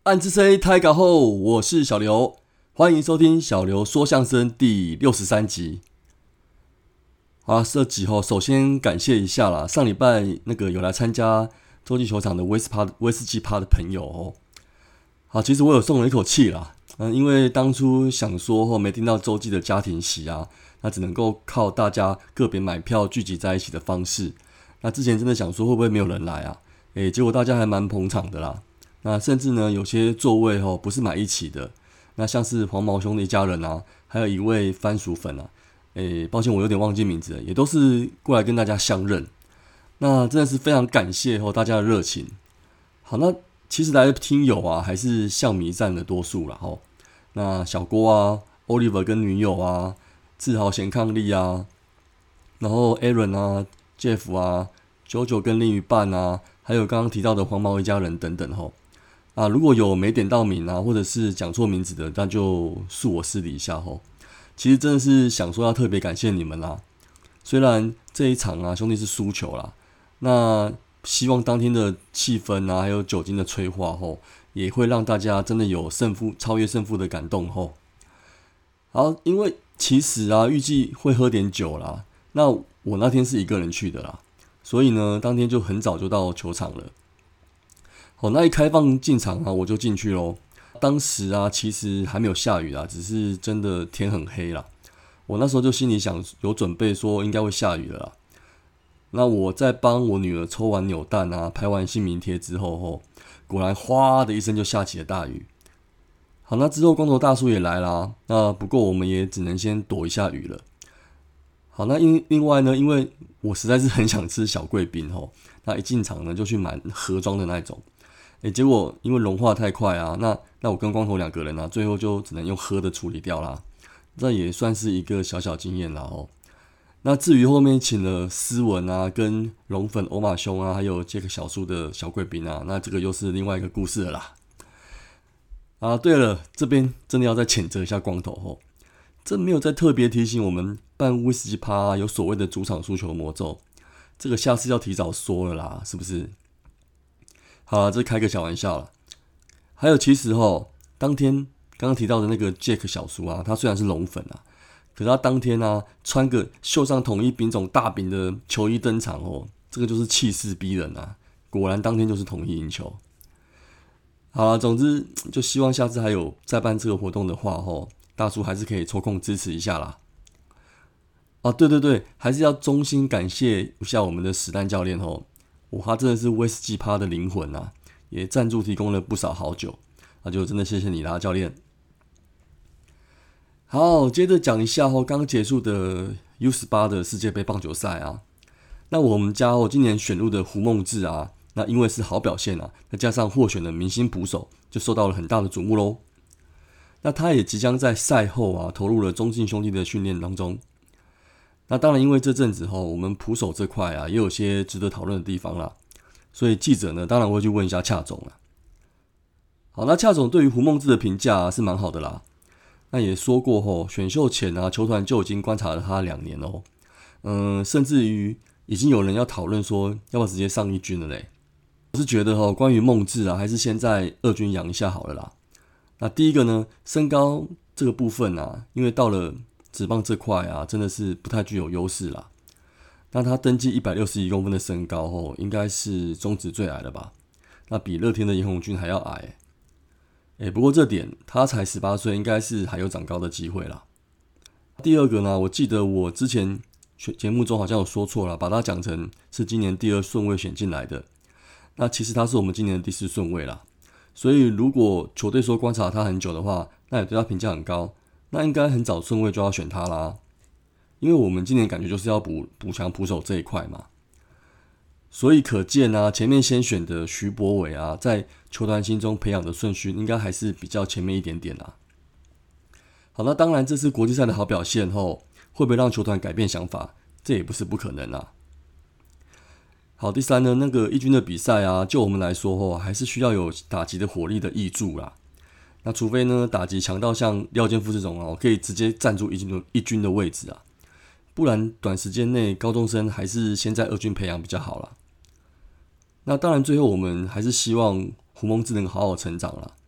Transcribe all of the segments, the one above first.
暗之 C 太搞后，我是小刘，欢迎收听小刘说相声第63集。好啦，这集首先感谢一下啦，上礼拜有来参加洲际球场的威士忌趴的朋友好，其实我有松了一口气啦，因为当初想说没听到洲际的家庭席啊，那只能够靠大家个别买票聚集在一起的方式。那之前真的想说会不会没有人来啊？结果大家还蛮捧场的啦。那甚至呢，有些座位不是买一起的，那像是黄毛兄的一家人啊，还有一位番薯粉啊，抱歉我有点忘记名字了，也都是过来跟大家相认。那真的是非常感谢大家的热情。好，那其实来的听友啊，还是象迷占了多数啦那小郭啊 ，Oliver 跟女友啊，志豪贤伉俪啊，然后 Aaron 啊 ，Jeff 啊，JoJo 跟另一半啊，还有刚刚提到的黄毛一家人等等如果有没点到名啊，或者是讲错名字的，那就恕我失礼一下其实真的是想说要特别感谢你们啦。虽然这一场啊，兄弟是输球啦，那希望当天的气氛啊，还有酒精的催化也会让大家真的有超越胜负的感动好，因为其实啊，预计会喝点酒啦。那我那天是一个人去的啦，所以呢，当天就很早就到球场了。那一开放进场啊，我就进去咯。当时啊，其实还没有下雨啦，只是真的天很黑啦。我那时候就心里想，有准备说应该会下雨了啦。那我在帮我女儿抽完扭蛋啊，拍完姓名贴之后果然哗的一声就下起了大雨。好，那之后光头大叔也来啦，那不过我们也只能先躲一下雨了。好，那另外呢，因为我实在是很想吃小贵宾那一进场呢就去买盒装的那种。结果因为融化太快啊，那我跟光头两个人啊，最后就只能用喝的处理掉啦。这也算是一个小小经验啦那至于后面请了斯文啊、跟龙粉欧马兄啊，还有杰克小叔的小贵宾啊，那这个又是另外一个故事了啦。对了，这边真的要再谴责一下光头真没有再特别提醒我们办威士忌趴有所谓的主场输球魔咒，这个下次要提早说了啦，是不是？好啦，这开个小玩笑啦。还有其实当天刚刚提到的那个 Jack 小叔啊，他虽然是龙粉啊，可是他当天啊穿个绣上统一丙种大饼的球衣登场这个就是气势逼人啊！果然当天就是统一赢球。好啦，总之就希望下次还有再办这个活动的话大叔还是可以抽空支持一下啦。对，还是要衷心感谢一下我们的史丹教练他真的是威士忌趴的灵魂啊，也赞助提供了不少好酒，那就真的谢谢你啦，教练。好，接着讲一下刚结束的 U18 的世界杯棒球赛啊。那我们家今年选入的胡梦志啊，那因为是好表现啊，再加上获选的明星捕手，就受到了很大的瞩目咯。那他也即将在赛后啊投入了中信兄弟的训练当中。那当然，因为这阵子我们捕手这块啊，也有些值得讨论的地方啦，所以记者呢，当然会去问一下恰总啦。好，那恰总对于胡梦志的评价是蛮好的啦。那也说过选秀前啊，球团就已经观察了他2年甚至于已经有人要讨论说，要不要直接上一军了嘞。我是觉得关于梦志啊，还是先在2军养一下好了啦。那第一个呢，身高这个部分啊，因为到了职棒这块啊，真的是不太具有优势啦。那他登记161公分的身高应该是中职最矮了吧？那比乐天的严红军还要矮不过这点他才18岁，应该是还有长高的机会啦。第二个呢，我记得我之前节目中好像有说错了，把他讲成是今年第2顺位选进来的。那其实他是我们今年的第4顺位啦。所以如果球队说观察他很久的话，那也对他评价很高，那应该很早顺位就要选他啦。因为我们今年感觉就是要补强捕手这一块嘛。所以可见啊，前面先选的徐柏伟啊，在球团心中培养的顺序应该还是比较前面一点点啦。好，那当然这次国际赛的好表现会不会让球团改变想法？这也不是不可能啦。好，第三呢，那个一军的比赛啊，就我们来说还是需要有打击的火力的挹注啦。那除非呢打击强到像廖健富这种可以直接站住一军的位置啊，不然短时间内高中生还是先在2军培养比较好啦。那当然最后我们还是希望胡梦志能好好成长啦。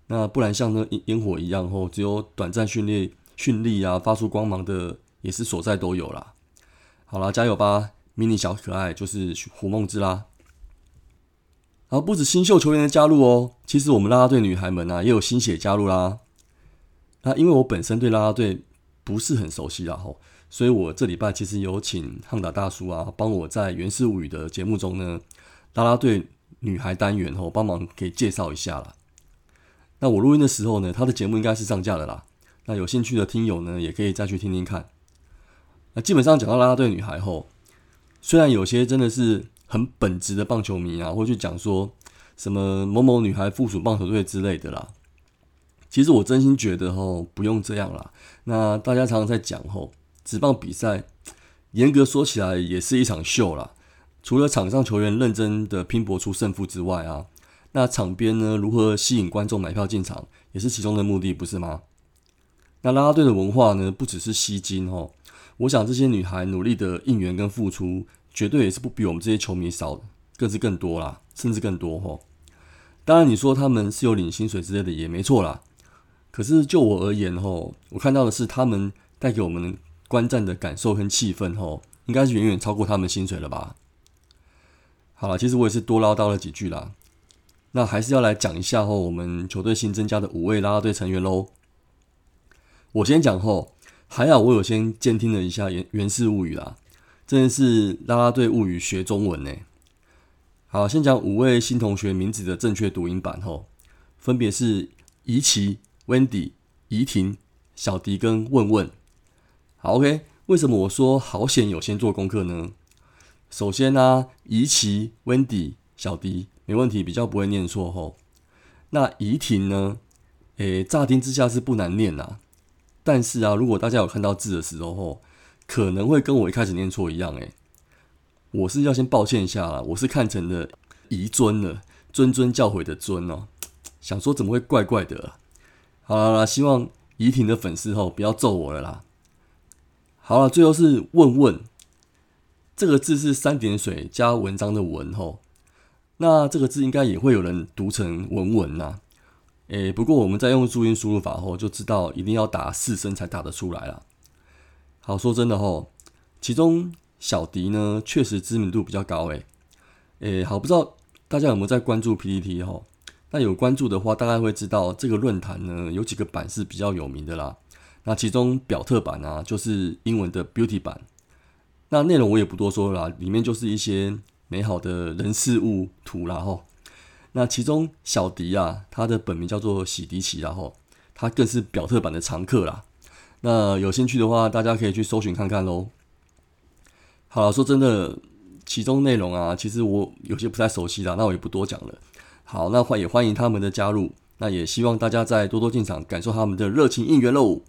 那不然像那烟火一样只有短暂绚丽啊，发出光芒的也是所在都有啦。好啦，加油吧，迷你小可爱就是胡梦之啦。然后不止新秀球员的加入其实我们啦啦队女孩们也有新血加入啦。那因为我本身对啦啦队不是很熟悉啦所以我这礼拜其实有请汉达大叔帮我在《源氏物语》的节目中呢，啦啦队女孩单元帮忙给介绍一下啦。那我录音的时候呢，他的节目应该是上架了啦。那有兴趣的听友呢，也可以再去听听看。那基本上讲到啦啦队女孩虽然有些真的是很本质的棒球迷会去讲说什么某某女孩附属棒球队之类的啦。其实我真心觉得不用这样啦。那大家常常在讲职棒比赛，严格说起来也是一场秀啦。除了场上球员认真的拼搏出胜负之外那场边呢如何吸引观众买票进场，也是其中的目的，不是吗？那啦啦队的文化呢，不只是吸金我想这些女孩努力的应援跟付出，绝对也是不比我们这些球迷少，更是更多啦，甚至更多当然你说他们是有领薪水之类的也没错啦，可是就我而言我看到的是他们带给我们观战的感受跟气氛应该是远远超过他们薪水了吧。好啦，其实我也是多唠叨了几句啦，那还是要来讲一下我们球队新增加的5位啦啦队成员咯。我先讲还好我有先监听了一下《源氏物语》啦，真的是啦啦队物语学中文呢。好，先讲5位新同学名字的正确读音版分别是怡琪、Wendy、怡婷、小迪跟问问。好 OK， 为什么我说好险有先做功课呢？首先怡琪、Wendy、小迪没问题，比较不会念错那怡婷呢乍听之下是不难念但是如果大家有看到字的时候可能会跟我一开始念错一样我是要先抱歉一下啦，我是看成了宜尊了，谆谆教诲的谆想说怎么会怪怪的好啦，希望怡婷的粉丝不要揍我了啦。好啦，最后是问问，这个字是3点水加文章的文那这个字应该也会有人读成文文不过我们在用注音输入法就知道一定要打4声才打得出来啦。好，说真的其中小迪呢确实知名度比较高好，不知道大家有没有在关注 PTT 那有关注的话大概会知道这个论坛呢有几个版是比较有名的啦。那其中表特版就是英文的 Beauty 版，那内容我也不多说了啦，里面就是一些美好的人事物图啦那其中小迪他的本名叫做喜迪奇他更是表特版的常客啦。那有兴趣的话大家可以去搜寻看看咯。好啦，说真的其中内容其实我有些不太熟悉啦，那我也不多讲了。好，那也欢迎他们的加入，那也希望大家再多多进场感受他们的热情应援咯。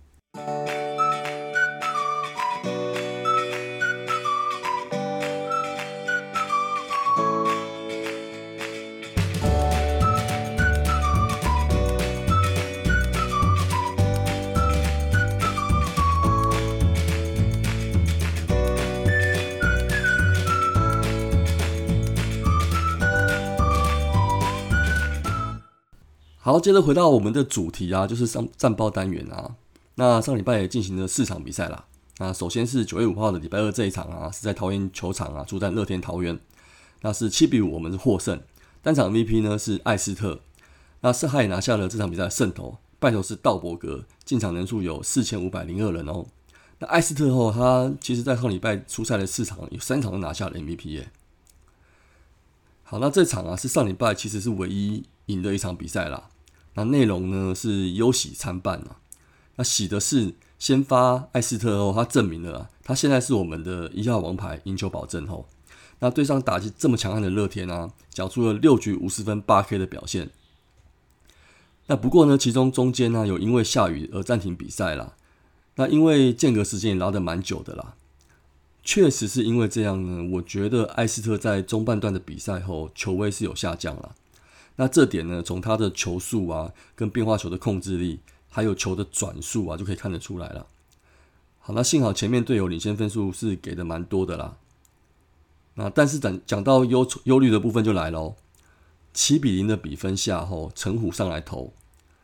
好，接着回到我们的主题就是战报单元那上礼拜也进行了4场比赛啦。那首先是9月5号的礼拜二这一场是在桃园球场出战乐天桃园，那是7-5我们是获胜，单场 MVP 呢是艾斯特，那是他也拿下了这场比赛的胜投，败投是道伯格，进场人数有4502人那艾斯特他其实在上礼拜出赛的4场有3场都拿下了 MVP 好，那这场是上礼拜其实是唯一赢的一场比赛啦。那内容呢是忧喜参半那喜的是先发艾斯特他证明了他现在是我们的1号王牌，赢球保证那对上打击这么强悍的乐天缴出了6局50分8K 的表现。那不过呢，其中间有因为下雨而暂停比赛啦。那因为间隔时间也拉得蛮久的啦，确实是因为这样呢，我觉得艾斯特在中半段的比赛后球威是有下降啦。那这点呢，从他的球速跟变化球的控制力，还有球的转速就可以看得出来了。好，那幸好前面队友领先分数是给的蛮多的啦。那但是讲到忧虑的部分就来咯，7-0的比分下后，陈虎上来投，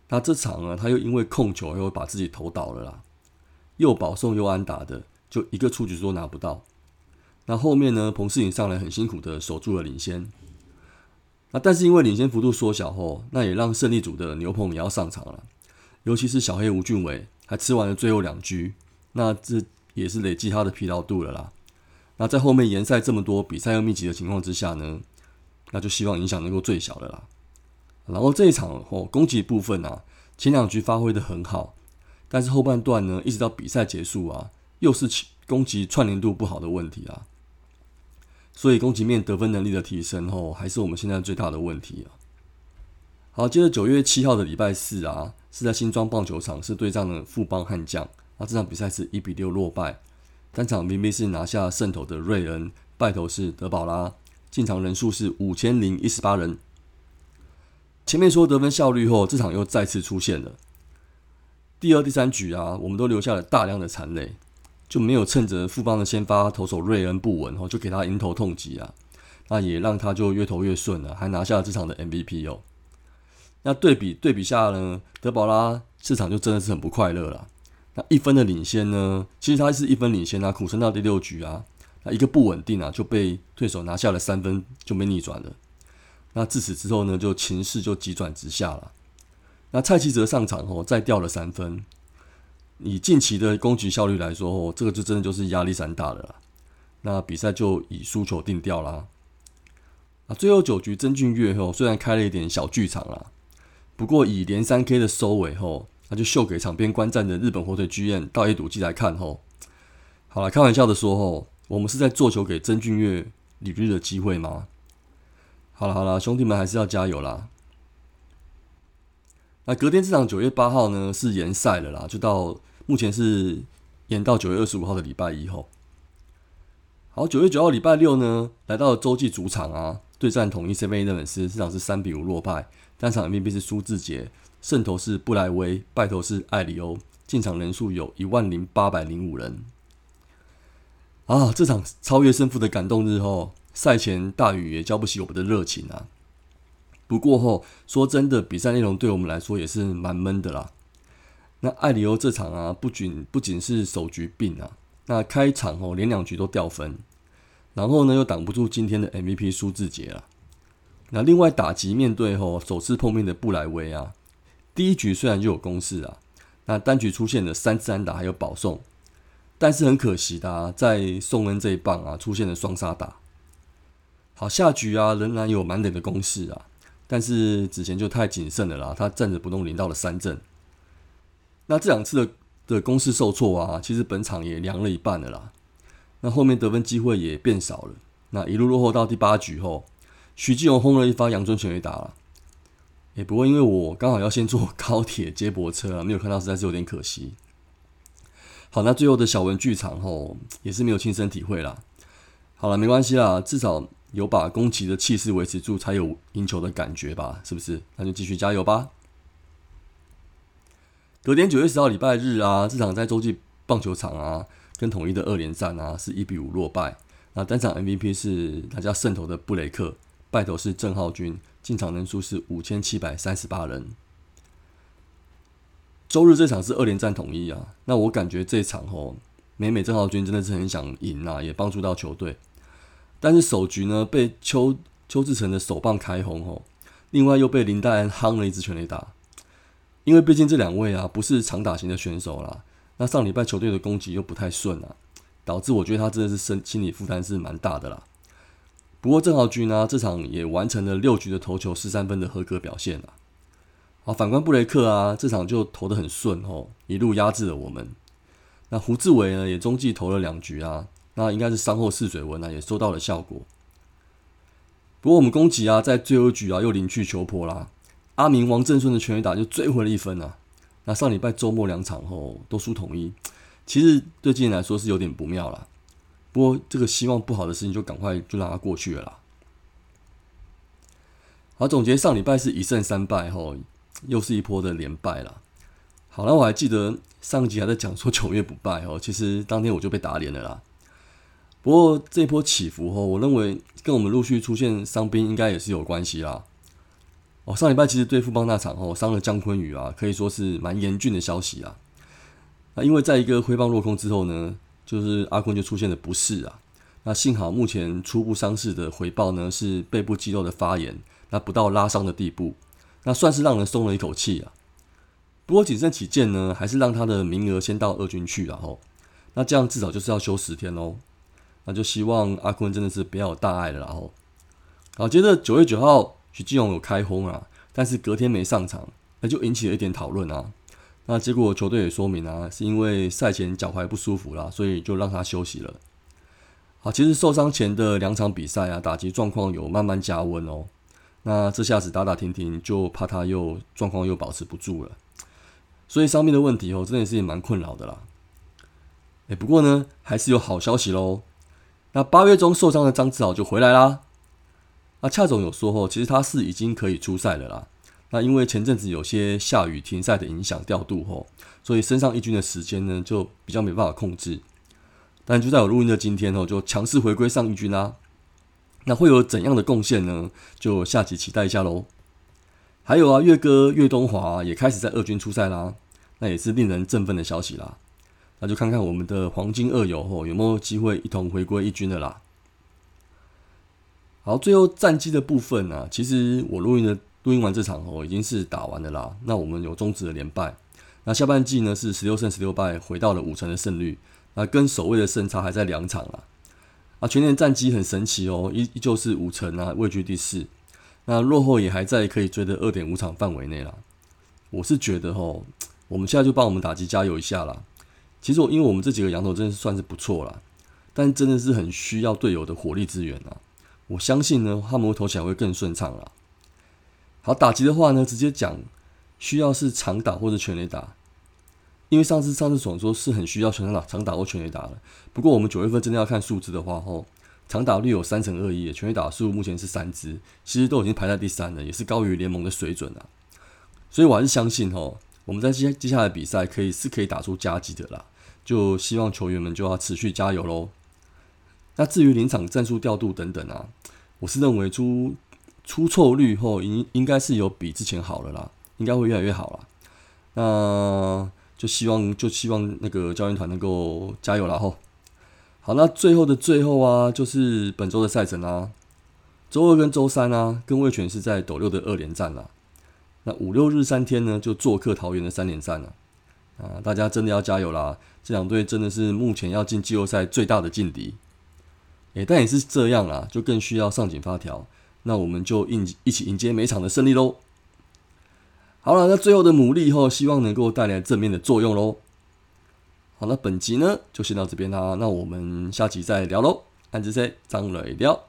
那这场呢，他又因为控球又把自己投倒了啦，又保送又安打的，就一个出局都拿不到。那后面呢，彭世颖上来很辛苦的守住了领先。那但是因为领先幅度缩小后，那也让胜利组的牛棚也要上场了，尤其是小黑吴俊伟还吃完了最后2局，那这也是累积他的疲劳度了啦。那在后面延赛这么多比赛又密集的情况之下呢，那就希望影响能够最小的啦。然后这一场攻击部分啊，前2局发挥的很好，但是后半段呢，一直到比赛结束啊，又是攻击串联度不好的问题啊。所以攻击面得分能力的提升还是我们现在最大的问题啊。好，接着9月7号的礼拜4啊，是在新庄棒球场是对战了富邦悍将，这场比赛是1-6落败。单场明明是拿下胜投的瑞恩，败投是德保拉，进场人数是5018人。前面说得分效率后，这场又再次出现了。第2、第3局啊，我们都留下了大量的残垒，就没有趁着富邦的先发投手瑞恩不稳就给他迎头痛击啊，那也让他就越投越顺了，还拿下了这场的 MVP 哦。那对比下呢，德保拉这场就真的是很不快乐了。那1分的领先呢，其实他是1分领先啊，苦撑到第6局啊，那一个不稳定啊，就被对手拿下了3分，就被逆转了。那自此之后呢，就情势就急转直下了。那蔡其哲上场后再掉了3分，以近期的攻击效率来说这个就真的就是压力山大了啦。那比赛就以输球定调啦。最后9局曾俊岳虽然开了一点小剧场啦，不过以连3K 的收尾后，那就秀给场边观战的日本火腿剧院倒 A 赌机来看后，好了，开玩笑的说我们是在做球给曾俊岳旅日的机会吗？好了，兄弟们还是要加油啦。那隔天这场9月8号呢是延赛了啦，就到目前是延到9月25号的礼拜1后。好，9月9号礼拜6呢，来到了洲际主场啊，对战统一 7-11 这场是3-5落败，单场 MVP 是苏智杰，胜投是布莱威，败投是艾里欧，进场人数有10805人。这场超越胜负的感动日后，赛前大雨也浇不熄我们的热情啊。不过说真的，比赛内容对我们来说也是蛮闷的啦。那艾里欧这场啊，不仅是首局病啊，那开场连2局都掉分，然后呢又挡不住今天的 MVP 苏智杰啦。那另外打击面对首次碰面的布莱威啊，第1局虽然就有攻势啊，那单局出现了3次安打还有保送，但是很可惜的在宋恩这一棒啊出现了双杀打。好，下局啊仍然有满垒的攻势啊，但是子贤就太谨慎了啦，他站着不动领到了3振。那这2次的攻势受挫啊，其实本场也凉了一半了啦。那后面得分机会也变少了。那一路落后到第8局后，许基宏轰了一发阳春全垒打了。不过因为我刚好要先坐高铁接驳车啊，没有看到，实在是有点可惜。好，那最后的小文剧场也是没有亲身体会啦。好了，没关系啦，至少有把攻击的气势维持住，才有赢球的感觉吧，是不是？那就继续加油吧。隔天9月10号礼拜日啊，这场在洲际棒球场啊，跟统一的2连战啊，是1-5落败。那单场 MVP 是大家胜投的布雷克，败投是郑浩均，进场人数是5738人。周日这场是2连战统一啊，那我感觉这一场美郑浩均真的是很想赢啊，也帮助到球队。但是首局呢被邱志成的手棒开轰另外又被林岱安夯了一支全垒打。因为毕竟这2位啊不是长打型的选手啦，那上礼拜球队的攻击又不太顺啊，导致我觉得他真的是心理负担是蛮大的啦。不过郑浩均啊这场也完成了6局的投球13分的合格表现啦。好，反观布雷克啊这场就投得很顺一路压制了我们。那胡志伟呢也中继投了2局啊，那应该是伤后试水温啊，也收到了效果。不过我们攻击啊在最后一局啊又临去球破啦，阿明王正顺的全垒打就追回了1分啊。那上礼拜周末2场都输统一，其实对今年来说是有点不妙啦。不过这个希望不好的事情就赶快就让它过去了啦。好，总结上礼拜是1胜3败又是一波的连败啦。好，那我还记得上集还在讲说9月不败其实当天我就被打脸了啦。不过这一波起伏我认为跟我们陆续出现伤兵应该也是有关系啦。 上礼拜其实对富邦那场伤了姜昆宇啊，可以说是蛮严峻的消息啊。那因为在一个挥棒落空之后呢，就是阿坤就出现了不适啊。那幸好目前初步伤势的回报呢是背部肌肉的发炎，那不到拉伤的地步，那算是让人松了一口气啊。不过谨慎起见呢，还是让他的名额先到二军去啦吼。那这样至少就是要休10天咯。那就希望阿坤真的是不要有大碍了啦吼。好，接着9月9号许基宏有开轰啊，但是隔天没上场，那就引起了一点讨论啊。那结果球队也说明啊，是因为赛前脚踝不舒服啦，所以就让他休息了。好，其实受伤前的2场比赛啊，打击状况有慢慢加温哦。那这下子打打停停，就怕他状况又保持不住了。所以伤病的问题真的也是蛮困扰的啦。不过呢，还是有好消息咯。那8月中受伤的张志豪就回来啦。那恰总有说其实他是已经可以出赛了啦。那因为前阵子有些下雨停赛的影响调度所以升上一军的时间呢就比较没办法控制。但就在我录音的今天就强势回归上一军啦。那会有怎样的贡献呢？就下集期待一下咯。还有啊，岳哥岳东华也开始在二军出赛啦，那也是令人振奋的消息啦。那就看看我们的黄金二游有没有机会一同回归一军的啦。好，最后战绩的部分啊，其实我录音完这场已经是打完了啦。那我们有终止了连败，那下半季呢是16胜16败，回到了50%的胜率，那跟首位的胜差还在2场啦。全年战绩很神奇依旧是50%啊，位居第4。那落后也还在可以追的 2.5 场范围内啦。我是觉得我们现在就帮我们打击加油一下啦。其实因为我们这几个洋投真的算是不错啦，但真的是很需要队友的火力支援啊。我相信呢，他们会投起来会更顺畅啦。好，打击的话呢，直接讲需要是长打或者全垒打，因为上次总说是很需要长打或全垒打的。不过我们9月份真的要看数字的话长打率有3.21%，全垒打数目前是3支，其实都已经排在第3了，也是高于联盟的水准啦。所以我还是相信我们在接下来的比赛可以打出佳绩的啦。就希望球员们就要持续加油咯。那至于临场战术调度等等啊，我是认为出错率应该是有比之前好了啦，应该会越来越好啦。那就希望那个教练团能够加油啦吼。好，那最后的最后啊，就是本周的赛程啊，周2跟周3啊，跟味全是在斗六的2连战啦。那5、6日3天呢，就做客桃园的3连战啦。大家真的要加油啦！这两队真的是目前要进季后赛最大的劲敌。但也是这样啦，就更需要上紧发条。那我们就一起迎接每场的胜利咯。好了，那最后的努力希望能够带来正面的作用咯。好，那本集呢就先到这边啦，那我们下集再聊咯。安之 C 张磊聊。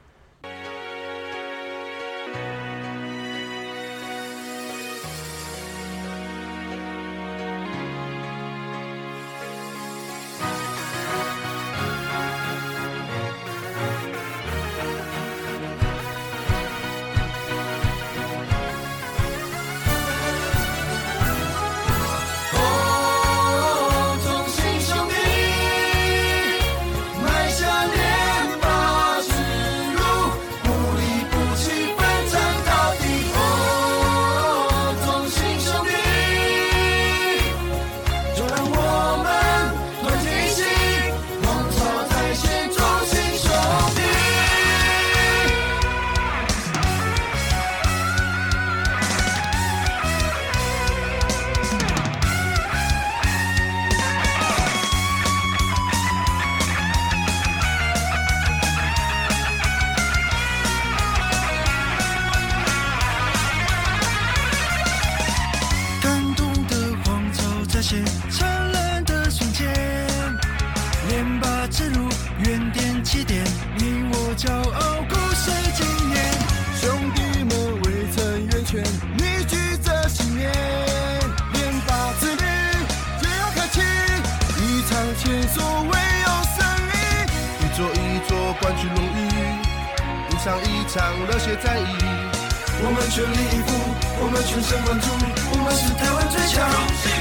灿烂的瞬间，连拔之路，原点起点，你我骄傲，故事纪念。兄弟们未曾远劝，凝聚着信念，连拔之旅就要开启，一场前所未有胜利，一座一座冠军荣誉，一场一场热血战役。我们全力以赴，我们全神贯注，我们是台湾最强。